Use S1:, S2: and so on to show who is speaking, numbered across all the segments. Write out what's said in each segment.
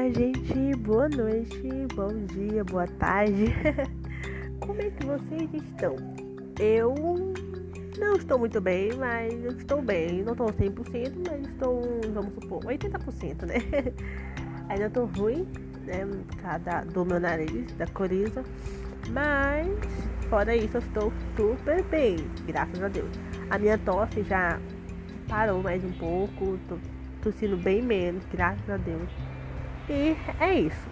S1: Olá, gente, boa noite, bom dia, boa tarde. Como é que vocês estão? Eu não estou muito bem, mas eu estou bem. Não estou 100%, mas estou, vamos supor, 80%, né? Ainda estou ruim, né, do meu nariz, da coriza. Mas, fora isso, eu estou super bem, graças a Deus. A minha tosse já parou mais um pouco, tô tossindo bem menos, graças a Deus. E é isso.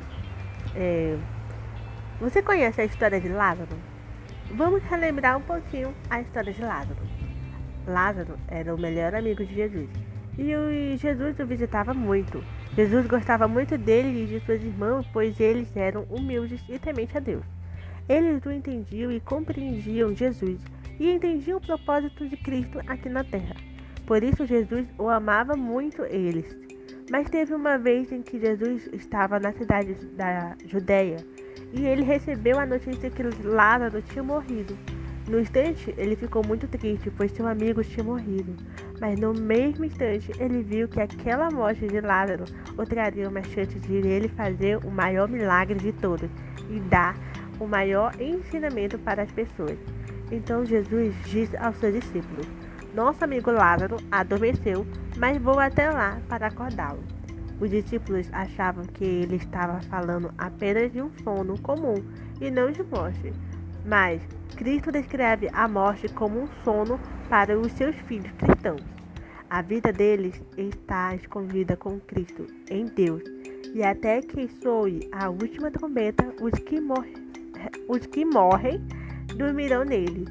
S1: Você conhece a história de Lázaro? Vamos relembrar um pouquinho a história de Lázaro. Lázaro era o melhor amigo de Jesus. E Jesus o visitava muito. Jesus gostava muito dele e de seus irmãos, pois eles eram humildes e tementes a Deus. Eles o entendiam e compreendiam Jesus e entendiam o propósito de Cristo aqui na terra. Por isso Jesus o amava muito eles. Mas teve uma vez em que Jesus estava na cidade da Judéia e ele recebeu a notícia que Lázaro tinha morrido. No instante, ele ficou muito triste, pois seu amigo tinha morrido. Mas no mesmo instante, ele viu que aquela morte de Lázaro o traria uma chance de ele fazer o maior milagre de todos e dar o maior ensinamento para as pessoas. Então Jesus disse aos seus discípulos: "Nosso amigo Lázaro adormeceu, mas vou até lá para acordá-lo." Os discípulos achavam que ele estava falando apenas de um sono comum e não de morte. Mas Cristo descreve a morte como um sono para os seus filhos cristãos. A vida deles está escondida com Cristo em Deus. E até que soe a última trombeta, os que morrem dormirão nele.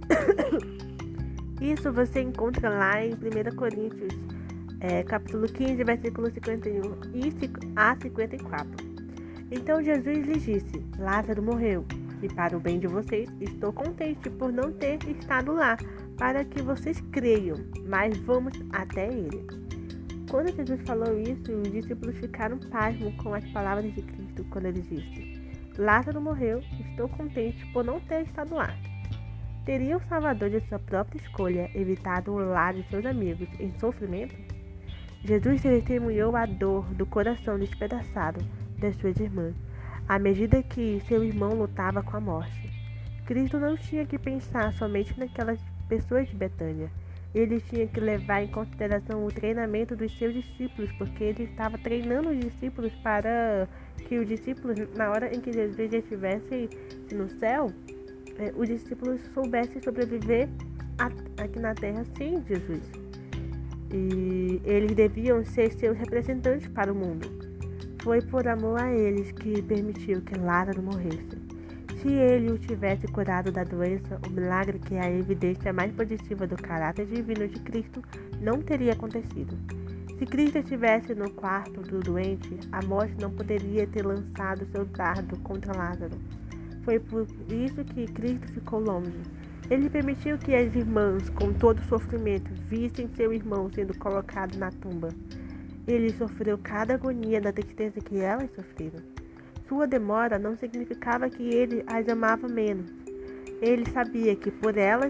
S1: Isso você encontra lá em 1 Coríntios, capítulo 15, versículo 51 a 54. Então Jesus lhes disse: "Lázaro morreu, e para o bem de vocês, estou contente por não ter estado lá, para que vocês creiam, mas vamos até ele." Quando Jesus falou isso, os discípulos ficaram pasmos com as palavras de Cristo, quando ele disse: "Lázaro morreu, estou contente por não ter estado lá." Teria o Salvador de sua própria escolha evitado o lar de seus amigos em sofrimento? Jesus testemunhou a dor do coração despedaçado das suas irmãs, à medida que seu irmão lutava com a morte. Cristo não tinha que pensar somente naquelas pessoas de Betânia. Ele tinha que levar em consideração o treinamento dos seus discípulos, porque ele estava treinando os discípulos para que os discípulos, na hora em que Jesus já estivesse no céu, os discípulos soubessem sobreviver aqui na terra sem Jesus. E eles deviam ser seus representantes para o mundo. Foi por amor a eles que permitiu que Lázaro morresse. Se ele o tivesse curado da doença, o milagre, que é a evidência mais positiva do caráter divino de Cristo, não teria acontecido. Se Cristo estivesse no quarto do doente, a morte não poderia ter lançado seu dardo contra Lázaro. Foi por isso que Cristo ficou longe. Ele permitiu que as irmãs, com todo sofrimento, vissem seu irmão sendo colocado na tumba. Ele sofreu cada agonia da tristeza que elas sofreram. Sua demora não significava que ele as amava menos. Ele sabia que por elas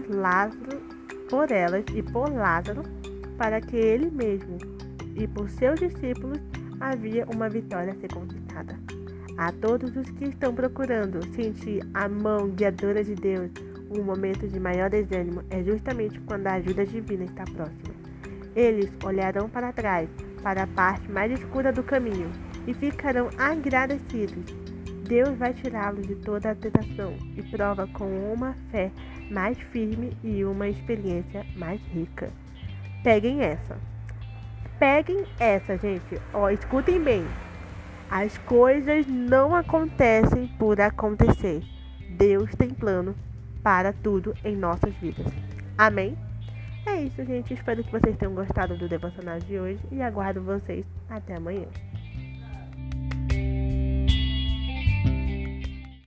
S1: e por Lázaro, para que ele mesmo e por seus discípulos havia uma vitória a ser conquistada. A todos os que estão procurando sentir a mão guiadora de Deus, um momento de maior desânimo é justamente quando a ajuda divina está próxima. Eles olharão para trás, para a parte mais escura do caminho, e ficarão agradecidos. Deus vai tirá-los de toda a tentação e prova com uma fé mais firme e uma experiência mais rica. Peguem essa, gente. Escutem bem. As coisas não acontecem por acontecer. Deus tem plano para tudo em nossas vidas. Amém? É isso, gente. Espero que vocês tenham gostado do devocional de hoje e aguardo vocês até amanhã.